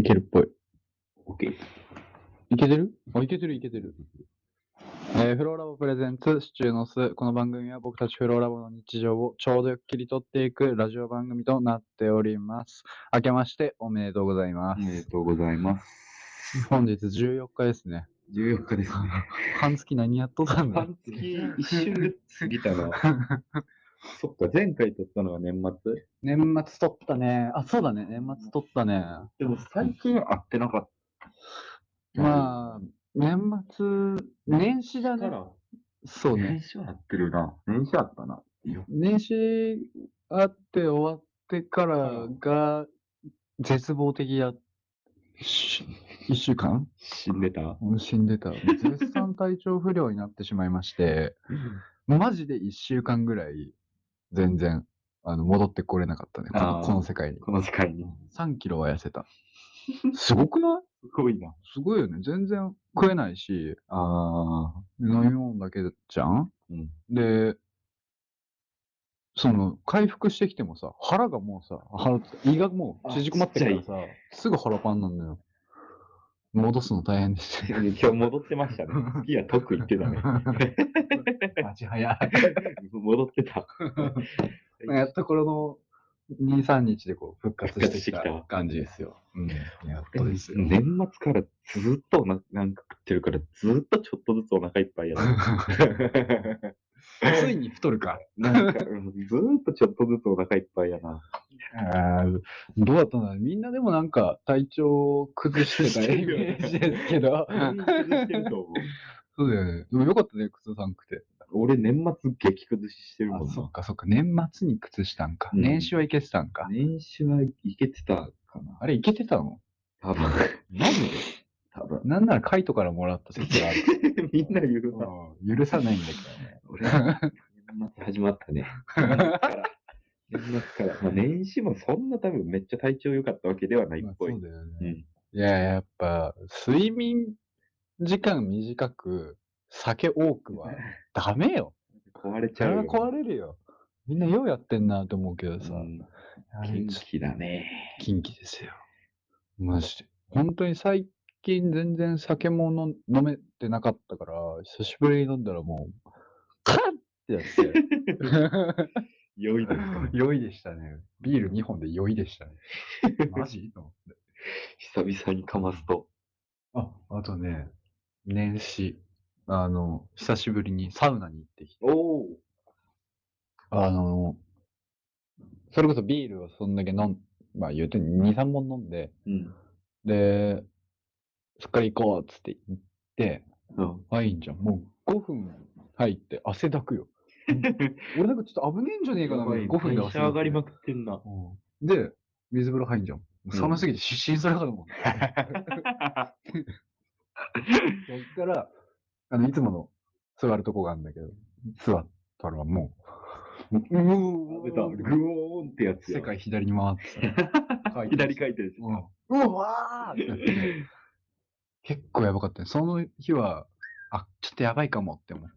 けるっぽい。 OK。 いけてる？あ、いけてる。フローラボプレゼンツシチューの巣。この番組は僕たちフローラボの日常をちょうどよっきりとっていくラジオ番組となっております。明けましておめでとうございま。 おめですとうございます。 本日14日ですね。 14日ですね。 半月何やっとったんだ。 半月一瞬で過ぎたな。そっか、前回撮ったのは年末。 年末撮ったね。あ、そうだね。年末撮ったね。 でも最近会ってなかっまあ、年末、年始だね。 たから、 そうね。 年始は会ってるな。年始あったな。 年始あって終わってからが絶望的だ。一週間死んでた。 死んでた。絶賛体調不良になってしまいまして、マジで一週間ぐらい全然戻ってこれなかったね。この世界に。 この世界に。 3キロは痩せた。すごくない？ すごいな。 すごいよね。全然食えないし、 あ飲み物だけじゃん。 うん。 で、回復してきてもさ、腹がもうさ、胃がもう縮こまってからさ、すぐ腹パンなんだよ。戻すの大変ですよ。 今日戻ってましたね。好きや得意ってたね。 足早い。 戻ってた。 やっとこの2、3日でこう復活してきた復活してきた感じですよ。やっとですよ。 年末からずっとなんか食ってるから、ずっとちょっとずつお腹いっぱいやな。 ついに太るか。 なんか、ずーっとちょっとずつお腹いっぱいやな。 どうだったんだろう。みんなでもなんか体調崩してたイメージですけど。 崩してると思う。 そうだよね。でもよかったね、崩さんくて。 俺年末激崩ししてるもんな。 そっか。年末に崩したんか。 うん年始はいけてたんか。 年始はいけてたかな。 あれいけてたの？ 多分。 マジで？ 多分。 なんならカイトからもらった説がある。 みんな言うな。 許さないんだけどね。 俺、年末始まったね。年末から。まあ、年始もそんな多分めっちゃ体調良かったわけではないっぽい。 そうだよね。 うんいや、やっぱ、睡眠時間短く、酒多くはダメよ。 壊れちゃうよ、ね。 体壊れるよ。みんなようやってんなと思うけどさ。 元気だね。 元気ですよ。マジで。本当に最近全然酒も飲めてなかったから、久しぶりに飲んだらもう、カッってやって。 良いですか？ 良いでしたね。ビール2本で良いでしたね。マジと思って。 久々にかますと。 あとね、年始、久しぶりにサウナに行ってきて。 おそれこそビールをそんだけまあ言うて2、3本飲んで、で、そっから行こうっつって行って、いいんじゃん。もう5分入って汗だくよ。俺なんかちょっと危ねえんじゃねえかな、5分で汗だく。 上がりまくってんな。 で、水風呂入んじゃん。寒すぎて失神するかと思う。そっから、いつもの座るとこがあるんだけど、座ったらもう、グーンってやつ世界左に回ってさ。 左回転してうわーってなって、結構やばかったね。その日は、ちょっとやばいかもって思った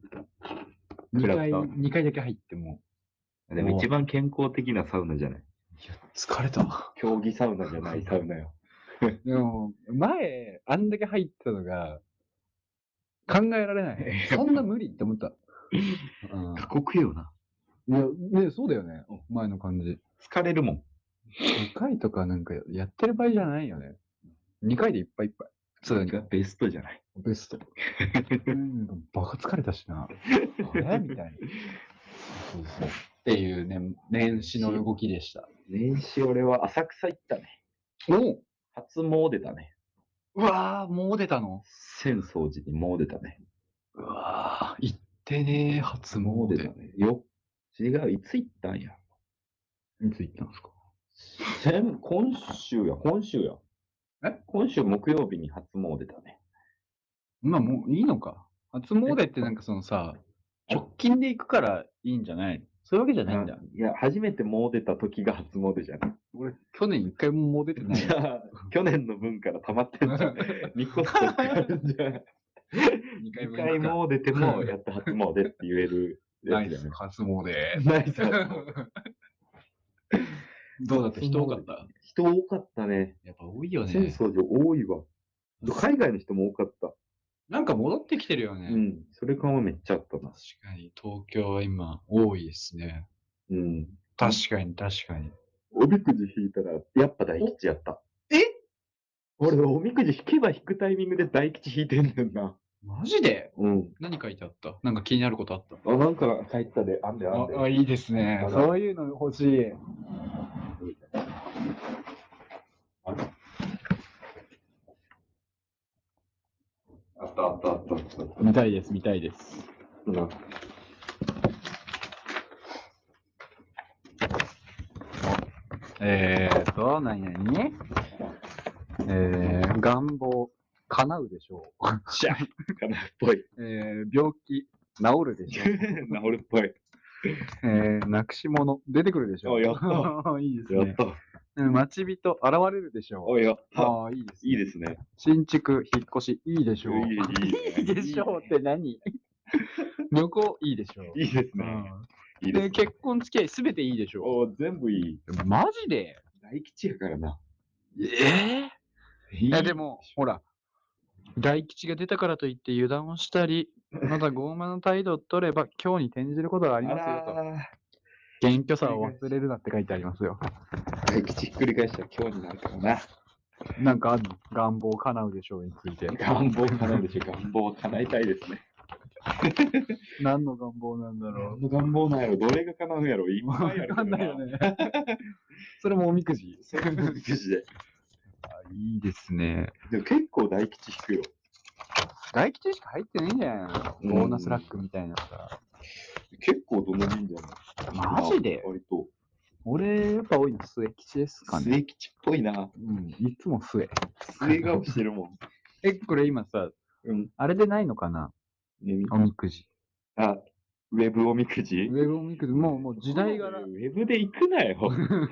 。2回だけ入っても。 でも一番健康的なサウナじゃない。 いや、疲れた。 競技サウナじゃないサウナよ。 でも、前、あんだけ入ってたのが、考えられない。そんな無理って思った。 過酷よな。 いや、ね、そうだよね。前の感じ。 疲れるもん。 2回とかなんかやってる場合じゃないよね。2回でいっぱいいっぱい。 それがベストじゃない。 ベスト。バカ疲れたしな。あれみたいな。そうっていうね、年始の動きでした。 年始俺は浅草行ったね。初詣だね。 うわー、もう出たの？ 浅草寺にもう出たね。 うわー、行ってねー、初詣だね。違う、いつ行ったんや。 いつ行ったんですか？ 今週や。今週木曜日に初詣だね。 まあもういいのか。初詣ってなんか直近で行くからいいんじゃないの？そういうわけじゃないんだ。 いや、初めてもう出た時が初詣じゃない。 俺、去年一回も出てない。 じゃあ、去年の分から溜まってんじゃん。2個ストックあるじゃん。2回もう出ても、やっと初詣って言えるナイス初詣。 ナイス初詣。 どうだった？人多かった？ 人多かったね。 やっぱ多いよ浅ね。 草寺多いわ。海外の人も多かった。 なんか戻ってきてるよね。 うん。それ感はめっちゃあったな。 確かに、東京は今多いですね。 うん。 確かに、確かに。 おみくじ引いたら、やっぱ大吉やった。 え？ 俺、おみくじ引けば引くタイミングで大吉引いてんねんな。 マジで？ うん。 何書いてあった？なんか気になることあった？ なんか書いてたで、あんで。 いいですね。そういうの欲しい。 あったあったあった。 見たいです、見たいです。 うん。 何々願望、叶うでしょう。 しゃかなっぽい。 病気、治るでしょう。 治るっぽい。 なくし物、出てくるでしょう。 やった。 いいですね。 やった。 待ち人、現れるでしょう。 やった。 いいですね。 いいですね。 新築、引っ越し、いいでしょう。 いいでしょうって何？旅行、いいでしょう。 いいですね。いいですね。 結婚付き合いすべていいでしょう。全部いい。 マジで？ 大吉やからな。 でも、ほら、大吉が出たからといって油断をしたり、また傲慢な態度を取れば、今日に転じることがありますよと。謙虚さを忘れるなって書いてありますよ。 大吉ひっくり返したら今日になるからな。 なんかあるの？願望叶うでしょうについて。 願望叶うでしょ。願望を叶えたいですね。 何の願望なんだろう。 何の願望なんやろ。どれが叶うんやろ。いっぱいあるかんないよね。それもおみくじ。 それもおみくじで。 いいですね。 でも結構大吉引くよ。 大吉しか入ってないんじゃないの？ボーナスラックみたいなさ。 結構どの神社も。 マジで？ 割と。 俺、やっぱ多いの末吉ですかね。 末吉っぽいな。 いつも末。 末顔してるもん。 これ今さ、あれでないのかな？おみくじ。 ウェブおみくじ？ ウェブおみくじ、もう時代柄。 ウェブで行くなよ。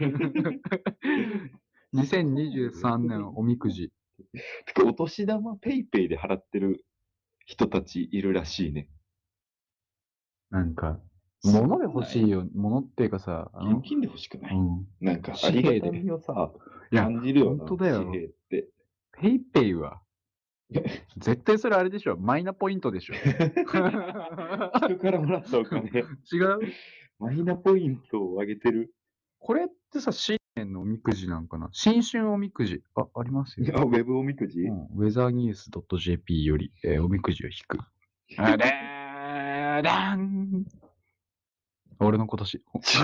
2023年おみくじ。 お年玉ペイペイで払ってる人たちいるらしいね。 なんか、物で欲しいよ。物っていうかさ、 現金で欲しくない？なんか、ありがたみをさ、感じるよな。 本当だよ。 紙幣って。 ペイペイは、絶対それあれでしょ。マイナポイントでしょ。 人からもらったお金。 違う？ マイナポイントを上げてる。 これってさ、新年のおみくじなんかな？新春おみくじ。ありますよ。 ウェブおみくじ？ ウェザーニュース .jp より、おみくじを引く。俺の今年。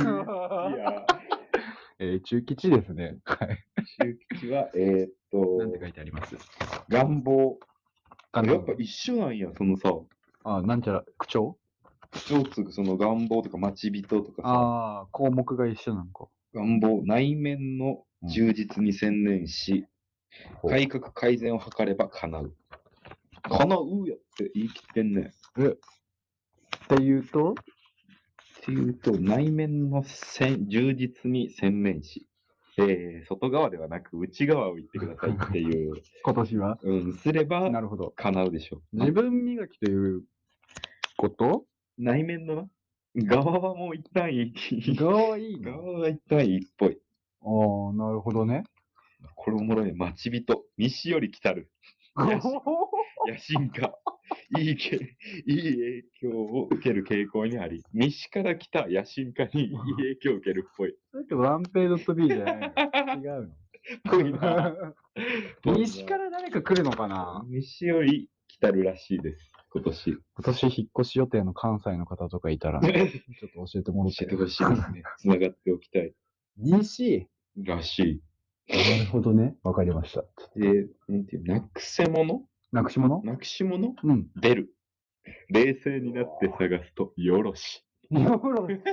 中吉ですね。はい。 中吉は、 なんて書いてあります？ 願望。やっぱ一緒なんや、そのさ。 なんちゃら、口調つくその願望とか待ち人とかさ。 項目が一緒なんか。 願望、内面の充実に専念し、改革改善を図れば叶う。叶うやって言い切ってんね。 っていうと、 内面の充実に専念し、外側ではなく内側を言ってくださいっていう。 今年はすれば、 なるほど。 叶うでしょ。 自分磨きということ？ 内面の側はもう一旦いい。 側はいいの？ 側は一旦いいっぽい。 なるほどね。 これおもろい。待ち人。西より来たる。野心家。いい影響を受ける傾向にあり、西から来た野心家にいい影響を受けるっぽい。 それってワンペイドット B じゃないの？違うの？ ぽいな。 西から誰か来るのかな？ 西より来たるらしいです。今年引っ越し予定の関西の方とかいたら、ちょっと教えてもらって。 教えてほしいですね。つながっておきたい。 西らしい。なるほどね。わかりました。 なんていう、なくせ物？ なくし物？ なくし物？出る。冷静になって探すとよろし。 よろし。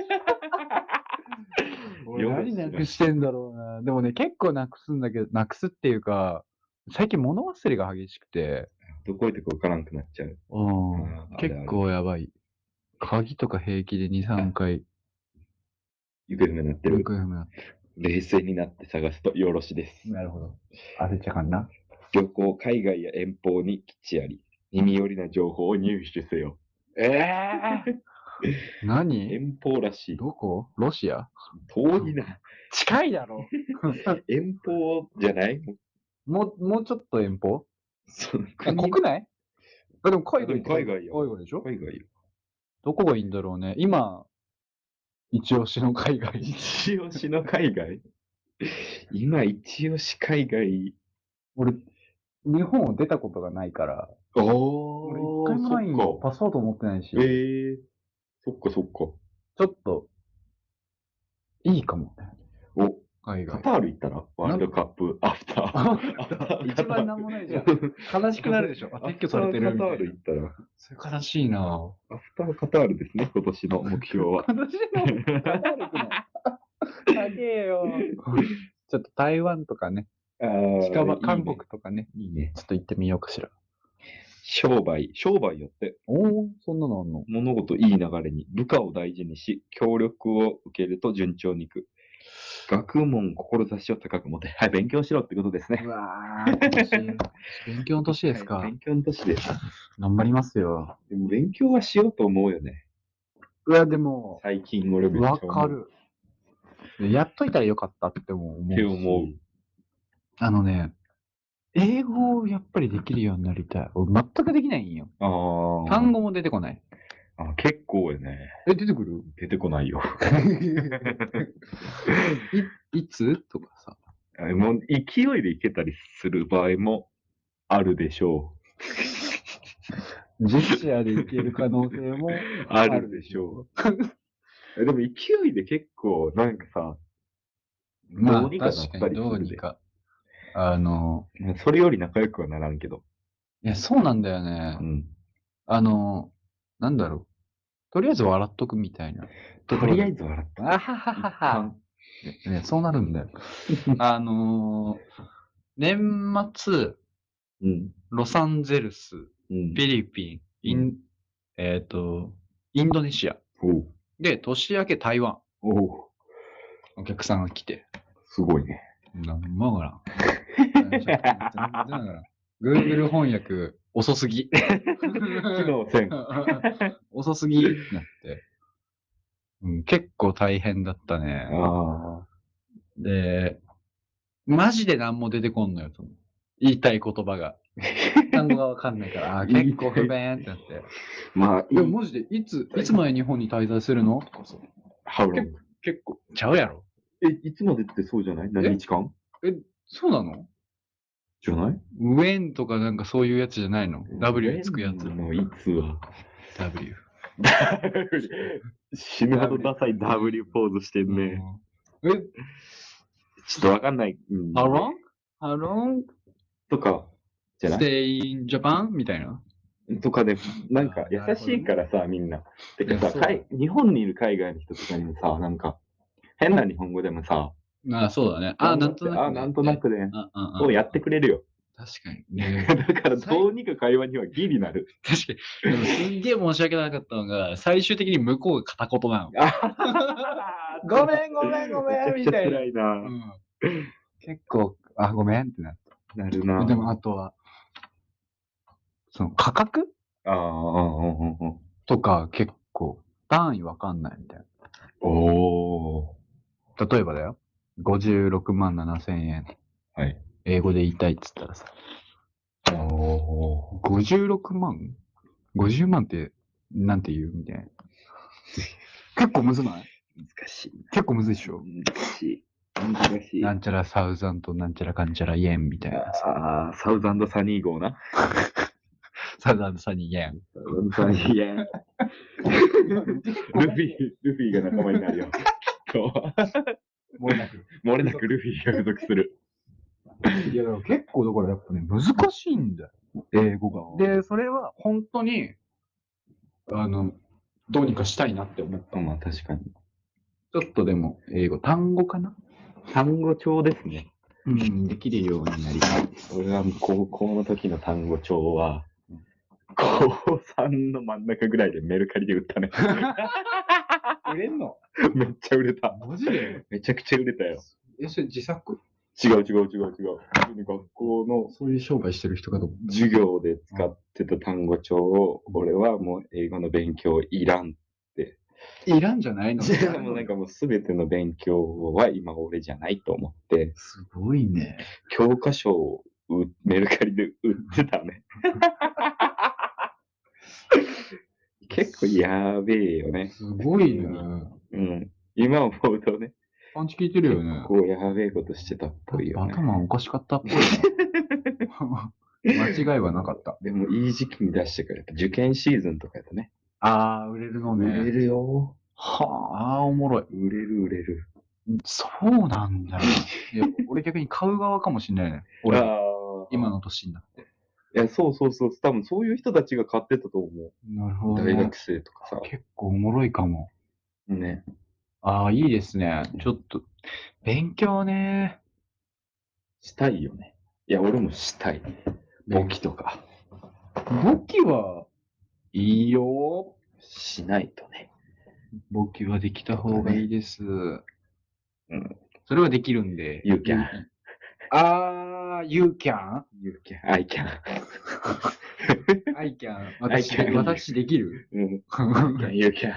何なくしてんだろうな。でもね、結構なくすんだけど、なくすっていうか、最近物忘れが激しくて。 どこ行ってか分からんくなっちゃう。 結構やばい。鍵とか平気で2、3回。 行方不明になってる。冷静になって探すとよろしです。 なるほど。焦っちゃかんな。 旅行、海外や遠方に基地あり、耳寄りな情報を入手せよ。 何？ 遠方らしい。 どこ？ロシア？ 遠いな。 近いだろ。 遠方じゃない？ もうちょっと遠方？ 国内？でも海外って海外よ。 海外でしょ？ 海外よ。 どこがいいんだろうね。今、一押しの海外。 一押しの海外今、一押し海外。 俺、日本を出たことがないから、俺一回もないんよ。パスポート持ってないし。 そっかそっか。 ちょっと、いいかもね。 お、 海外。 カタール行ったらワールドカップアフター。 一番なんもないじゃん。悲しくなるでしょ。撤去されてるみたいな。 カタール行ったら。 それ悲しいな。 アフターカタールですね、今年の目標は。 悲しいの？カタール行くの？高えよ。ちょっと台湾とかね。近場、韓国とかね。 いいね。 ちょっと行ってみようかしら。 商売やって。 そんなのあんの？ 物事いい流れに、部下を大事にし、協力を受けると順調にいく。学問、志を高く持て。はい、勉強しろってことですね。 うわー、今年、勉強の年ですか。 勉強の年です。 頑張りますよ。 でも勉強はしようと思うよね。 でも、 最近俺めっちゃわかる。やっといたらよかったって思うし。英語をやっぱりできるようになりたい。俺全くできないんよ。単語も出てこない。 結構よね。 出てくる？ 出てこないよ。 いつとかさ。 もう勢いでいけたりする場合もあるでしょう。ジェスチャーでいける可能性もあるでしょう。でも勢いで結構なんかさ、どうにかなったりするで。 どうにか。 それより仲良くはならんけど。 いや、そうなんだよね。なんだろう。とりあえず笑っとくみたいな。 とりあえず笑っとく。 あはははは。ね、そうなるんだよ。年末、ロサンゼルス、フィリピン、インドネシア。で、年明け台湾。お客さんが来て。 すごいね。 なんもわからん。全然わからん。Google 翻訳遅すぎ。 機能せん。 遅すぎってなって。結構大変だったね。で、マジで何も出てこんのよ。言いたい言葉が。単語がわかんないから、結構不便ってなって。いや、マジで、いつまで日本に滞在するのとかさ。結構、ちゃうやろ。 いつまでってそうじゃない？何日間？ そうなの？ じゃない？ ウェンとかなんかそういうやつじゃないの？ W につくやつ。 のいつは W。 死ぬほどダサい W ポーズしてんね。ちょっとわかんない。 How long? とか、じゃない？ Stay in Japan? みたいな。 とかで、なんか優しいからさ、みんな。てかさ、日本にいる海外の人とかにもさ、なんか、変な日本語でもさ、 そうだね。なんとなく。 なんとなくで、そうやってくれるよ。 確かにね。 だからどうにか会話にはギリなる。 確かに。でもすんげえ申し訳なかったのが、最終的に向こうが片言なの。ごめんみたいな。 辛いな。 結構、ごめんってなった。 なるな。 でもあとは、その価格とか結構単位わかんないみたいな。例えばだよ。56万7千円。はい。英語で言いたいっつったらさ。56万 ?50 万ってなんて言うみたいな。結構むずない？ 難しい。 結構むずいっしょ？ 難しい。 なんちゃらサウザンとなんちゃらかんちゃらイエンみたいな。 サウザンドサニー号な。 サウザンドサニーイエン。 サニーイエン。ルフィが仲間になるよ。漏れなくルフィが付属する。 いや、結構だからやっぱね、難しいんだよ。英語が。で、それは本当に、どうにかしたいなって思った。 まあ確かに。 ちょっとでも、英語、単語かな？ 単語帳ですね。 できるようになりたい。 俺は高校の時の単語帳は、高3の真ん中ぐらいでメルカリで売ったね。 売れんの？ めっちゃ売れた。 マジで？ めちゃくちゃ売れたよ。 それ自作？ 違う。学校のそういう商売してる人が授業で使ってた単語帳を、俺はもう英語の勉強いらんっていらんじゃないの？ じゃあもうなんかもうすべての勉強は今俺じゃないと思って、 すごいね。 教科書をメルカリで売ってたね。結構やべえよね。 すごいね。 うん。今思うとね、 パンチ効いてるよね。 結構やべえことしてたっぽいよね。 頭おかしかったっぽいな。間違いはなかった。 でもいい時期に出してくれた。受験シーズンとかやとね。 ああ、売れるのね。 売れるよ。 はあ、おもろい。 売れる売れる。 そうなんだ。いや、俺逆に買う側かもしれないね。俺、今の年になって。 いや、そうそうそう。多分そういう人たちが買ってたと思う。 なるほど、 大学生とかさ。 結構おもろいかも。 ね。 ああ、いいですね。ちょっと、勉強ね。 したいよね。いや、俺もしたい。簿記とか。 簿記はいいよ。 しないとね。 簿記はできた方がいいです。 うん。 それはできるんで。 You can. you can? You can. I can. I can. I can. 私できる？ うん。You can.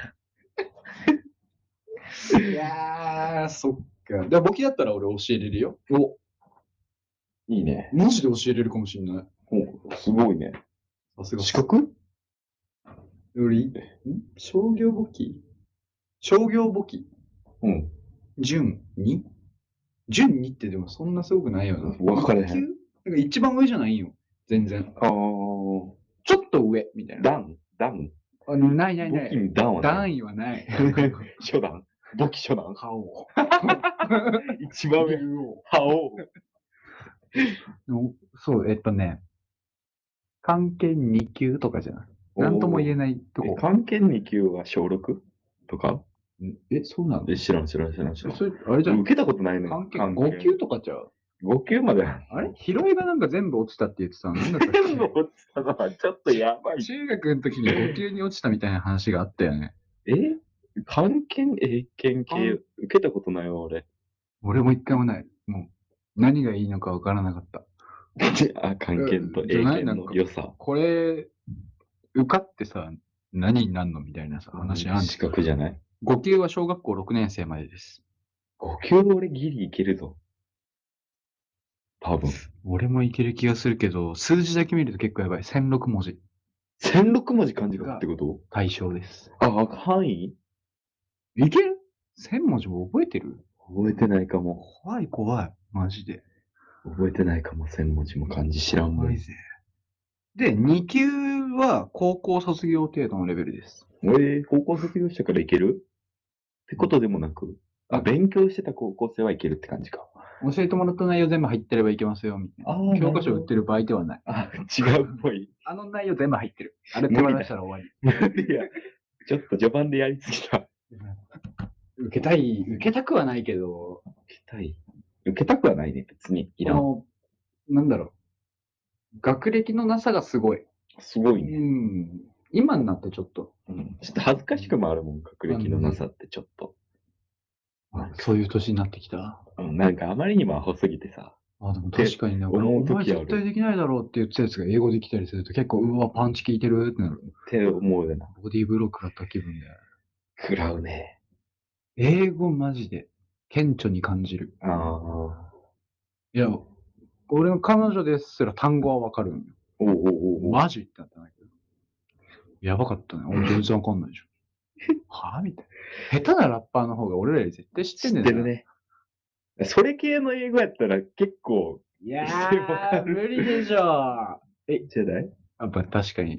いやー、そっか。で、簿記だったら俺教えれるよ。 お、いいね。 マジで教えれるかもしれない。 お、すごいね。 さすが。 資格商業簿記商業簿記うん。 準 2？ 準2ってでもそんなすごくないよな。 分かれへん。 なんか一番上じゃないよ。全然。 ああ。ちょっと上みたいな。 段ないないな簿記い。 に段はない。 段位はない。 初段簿記初段覇王。 一番上。覇王。 そう、関係2級とかじゃない。なんとも言えないとこ。 関係2級は小 6? とかそうなんだ。 知らん。それ、 あれじゃん。 受けたことないの関係5級とかちゃう？ 5 級まで。 あれ広いがなんか全部落ちたって言ってたの？なんだったっけ？ 全部落ちたのはちょっとやばい。 中学の時に5級に落ちたみたいな話があったよね。 関係英検系受けたことないわ、俺。 俺も一回もない。もう、何がいいのかわからなかった。 関係と英検の良さ。 これ、受かってさ、何になんのみたいなさ、話あん資格じゃない ?5 級は小学校6年生までです。 5級俺ギリいけるぞ。多分。 俺もいける気がするけど、数字だけ見ると結構やばい。1006文字。 1006文字漢字書くってこと？ 対象です。 範囲いける？ 1000 文字も覚えてる？ 覚えてないかも。 怖い。マジで。 覚えてないかも、1000文字も漢字知らんもん。 で、2級は高校卒業程度のレベルです。 高校卒業したからいけるってことでもなく、勉強してた高校生はいけるって感じか。 教えてもらった内容全部入ってればいけますよ、みたいな。教科書売ってる場合ではない。 違うっぽい。 あの内容全部入ってる。あれ手放したら終わり。 いや、ちょっと序盤でやりすぎた。 受けたくはないけど。 受けたくはないね、別に。いらん。 なんだろう。学歴のなさがすごい。 すごいね。 今になってちょっと。 ちょっと恥ずかしくもあるもん、学歴のなさってちょっと。 そういう年になってきた。 なんかあまりにもアホすぎてさ。 でも確かにね、お前絶対できないだろうって言ってたやつが英語できたりすると結構、うわ、パンチ効いてるってなる。 って思うよな。 ボディーブロックだった気分で。 食らうね。 英語マジで、顕著に感じる。いや、俺の彼女ですら単語はわかるんよ。マジってなったんだけど。やばかったね。俺全然わかんないでしょ。はぁみたいな。下手なラッパーの方が俺らより絶対知ってんねん。 知ってるね。それ系の英語やったら結構。 いやー、無理でしょ。 じゃないやっぱ確かに。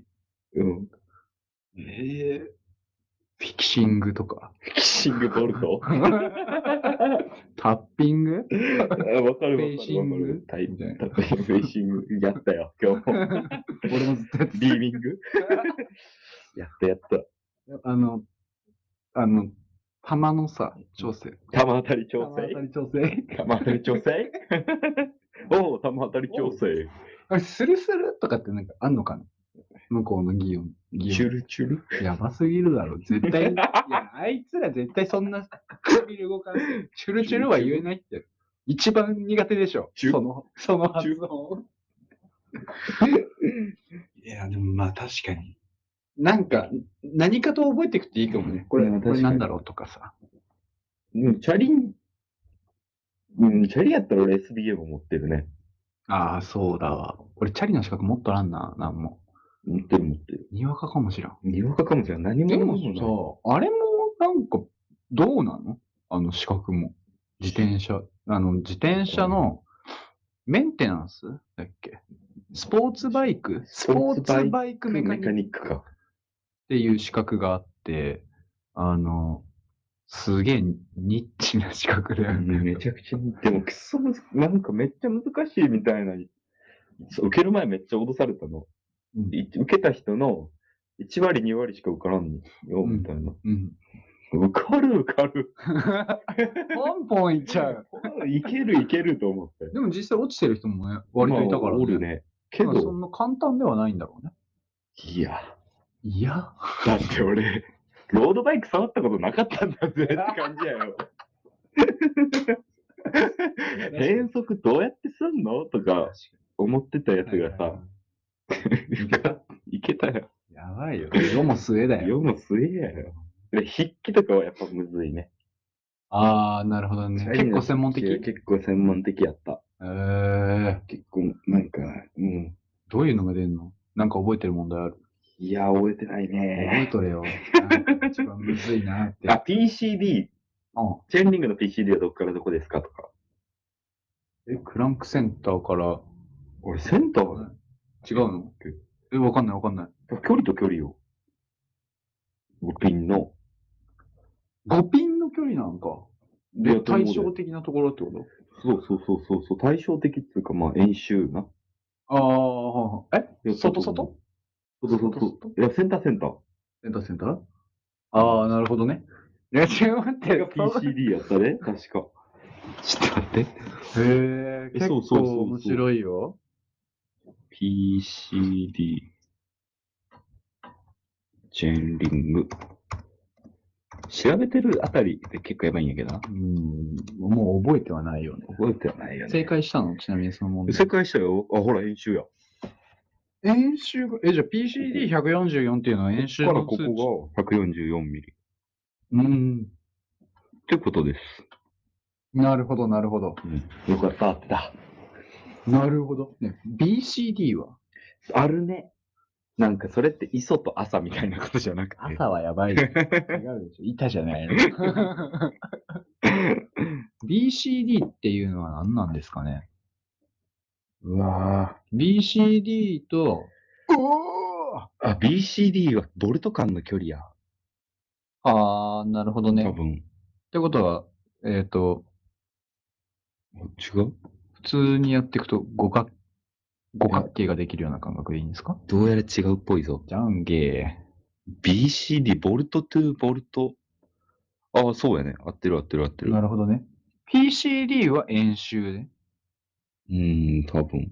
フィキシングとか。 フィキシングボルトタッピングわかるわかる。 フェイシングフェイシングやったよ、今日も。 俺もずっとやってた。 リービングやった。 玉のさ、調整。 玉当たり調整玉当たり調整おう、玉当たり調整。 スルスルとかってなんかあんのかな向こうの擬音。 チュルチュルやばすぎるだろ。絶対。いや、あいつら絶対そんな唇動かない。チュルチュルは言えないって。一番苦手でしょ。その発音。いや、でもまあ確かに。なんか、 何かと覚えていくといいかもね。これなんだろうとかさ。 チャリやったら俺 SBA も持ってるね。 ああ、そうだわ。俺、チャリの資格持っとらんな、なんも。 持ってる。 にわかかもしらん。 にわかかもしれん。何でももさ、あれもなんか、どうなの資格も。自転車のメンテナンスだっけ？スポーツバイクメカニックか。 っていう資格があって、すげえニッチな資格だよね。 めちゃくちゃ、でもなんかめっちゃ難しいみたいな。受ける前めっちゃ脅されたの。受けた人の1割2割しか受からんよ、みたいな。受かる。 ポンポンいっちゃう。 いけると思って。 でも実際落ちてる人もね、割といたからね。 おるね。けど、 そんな簡単ではないんだろうね。 いや。 だって俺、ロードバイク触ったことなかったんだぜって感じやよ。変速どうやってすんのとか思ってたやつがさ、いけたよ。 やばいよ。世も末だよ。 世の末やよ。で、筆記とかはやっぱむずいね。 ああ、なるほどね。結構専門的？ 結構専門的やった。結構、なんか、 どういうのが出るの？なんか覚えてる問題ある？ いや、覚えてないね。 覚えとれよ。一番むずいなって。 PCD。チェーンリングの PCD はどこからどこですかとか。 クランクセンターから。 俺、センター違うの？わかんない。 距離と距離を。5ピンの。 5ピンの距離なんか。で、対照的なところってこと？ そう。対照的っていうか、まあ、円周な。 外？ いや、センター。 センターああ、なるほどね。いや、違う待って。 PCD やったね、確か。ちょっと待って。 へえ、結構面白いよ。 PCD。チェーンリング。調べてるあたりで結構やばいんやけどな。 もう覚えてはないよね。正解したの？ちなみにその問題。 正解したよ。ほら、演習や。 演習が、じゃあ PCD144 っていうのは演習のここが144ミリ。ってことです。 なるほど。 よかった、あった。 なるほど。ね、BCD はあるね。なんかそれって磯と朝みたいなことじゃなくて。 朝はやばい。違うでしょ。板じゃないの。BCD っていうのは何なんですかね？BCD と、 BCD はボルト間の距離や。 なるほどね。 多分。 ってことは、 違う？ 普通にやっていくと五角形ができるような感覚でいいんですか？ どうやら違うっぽいぞ。 じゃんけー。BCD、ボルトトゥボルト。ああ、そうやね。合ってる。 なるほどね。PCD は円周で。 多分。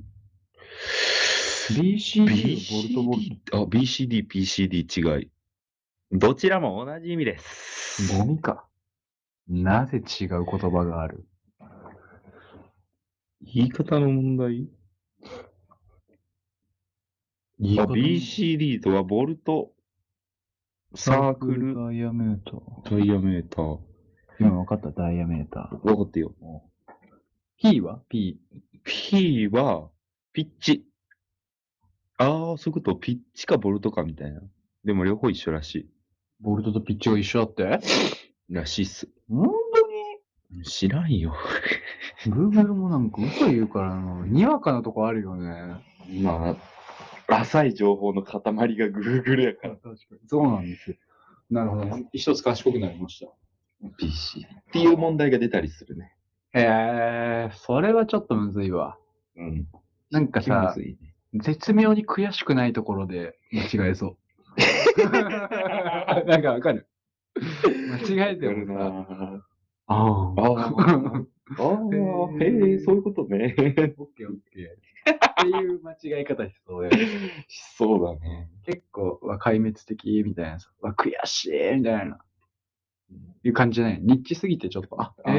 BCD はボルト。 BCD、違い。どちらも同じ意味です。 ゴミか。なぜ違う言葉がある？ 言い方の問題？BCD とはボルト、サークル、 ダイヤメーター。今分かった、ダイヤメーター。 分かってよ。 P は ?P は、ピッチ。そういうこと、ピッチかボルトかみたいな。でも両方一緒らしい。 ボルトとピッチが一緒だって？ らしいっす。 本当に？知らんよ。 Google もなんか嘘言うからな。にわかなとこあるよね。 まあ、浅い情報の塊が Google やから。 確かに。そうなんですよ。なるほど。一つ賢くなりました。 PC っていう問題が出たりするね。 それはちょっとむずいわ。なんかさ、絶妙に悔しくないところで間違えそう。なんかわかる？間違えてもさ、 そういうことね。 オッケー。っていう間違い方しそうで。 しそうだね。 結構、壊滅的みたいなさ、悔しいみたいな。いう感じじゃない。ニッチすぎてちょっと、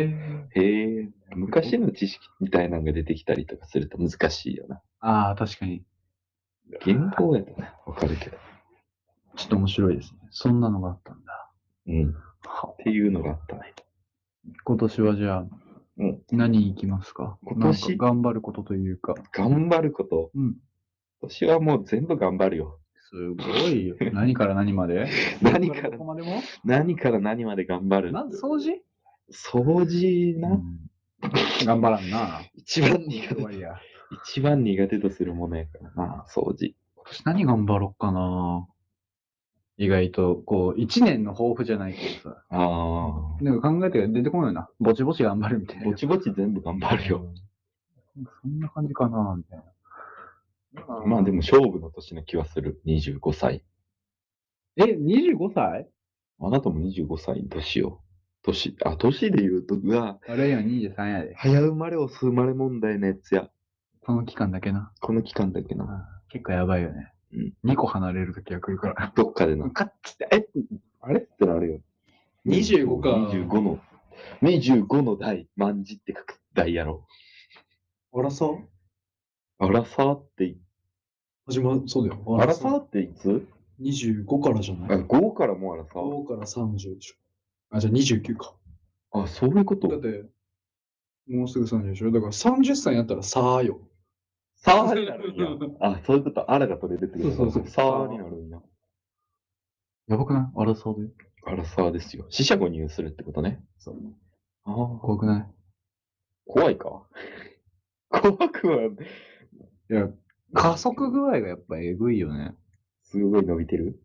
昔の知識みたいなのが出てきたりとかすると難しいよな。 確かに。 言語やとね、わかるけど。 ちょっと面白いですね。そんなのがあったんだ。 っていうのがあったね。 今年はじゃあ、何行きますか？ 今年頑張ることというか。 頑張ること。今年はもう全部頑張るよ。 すごいよ。何から何まで何から何から何まで頑張る。 掃除な。 頑張らんな。 一番苦手とするものやからな、掃除。 今年何頑張ろうかな。意外と、こう、一年の抱負じゃないけどさ。なんか考えて出てこないな。ぼちぼち頑張るみたいな。 ぼちぼち全部頑張るよ。 そんな感じかな、みたいな。 まあでも勝負の年な気はする。25歳。 25歳？ あなたも25歳の年よ。年で言うと、 あれ今23やで。 早生まれ遅生まれ問題のやつや。 この期間だけな。結構やばいよね。2個離れるときは来るから。 どっかでな。 カッつって、 あれってなるよ。 25か。 25の代、万字って書く代やろ。 あらさってそうだよ。 アラサーっていつ ?25 からじゃない？ 5 からもうアラサー 5から30でしょ。じゃあ29か。 そういうこと？ だって、もうすぐ30でしょ。だから30歳になったらさーよ。 さーになるんや。そういうこと。あらが取れるってこと。そう。さーになるんや。 やばくない？アラサーで。 アラサーですよ。四捨五入するってことね。 そう。怖くない？ 怖いか？怖くは。 いや、加速具合がやっぱえぐいよね。 すごい伸びてる？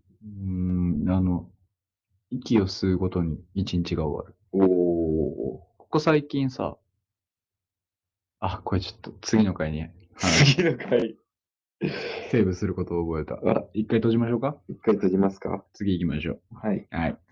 息を吸うごとに一日が終わる。 ここ最近さ、これちょっと次の回に。 次の回。 セーブすることを覚えた。一回閉じましょうか？ 一回閉じますか？ 次行きましょう。 はい。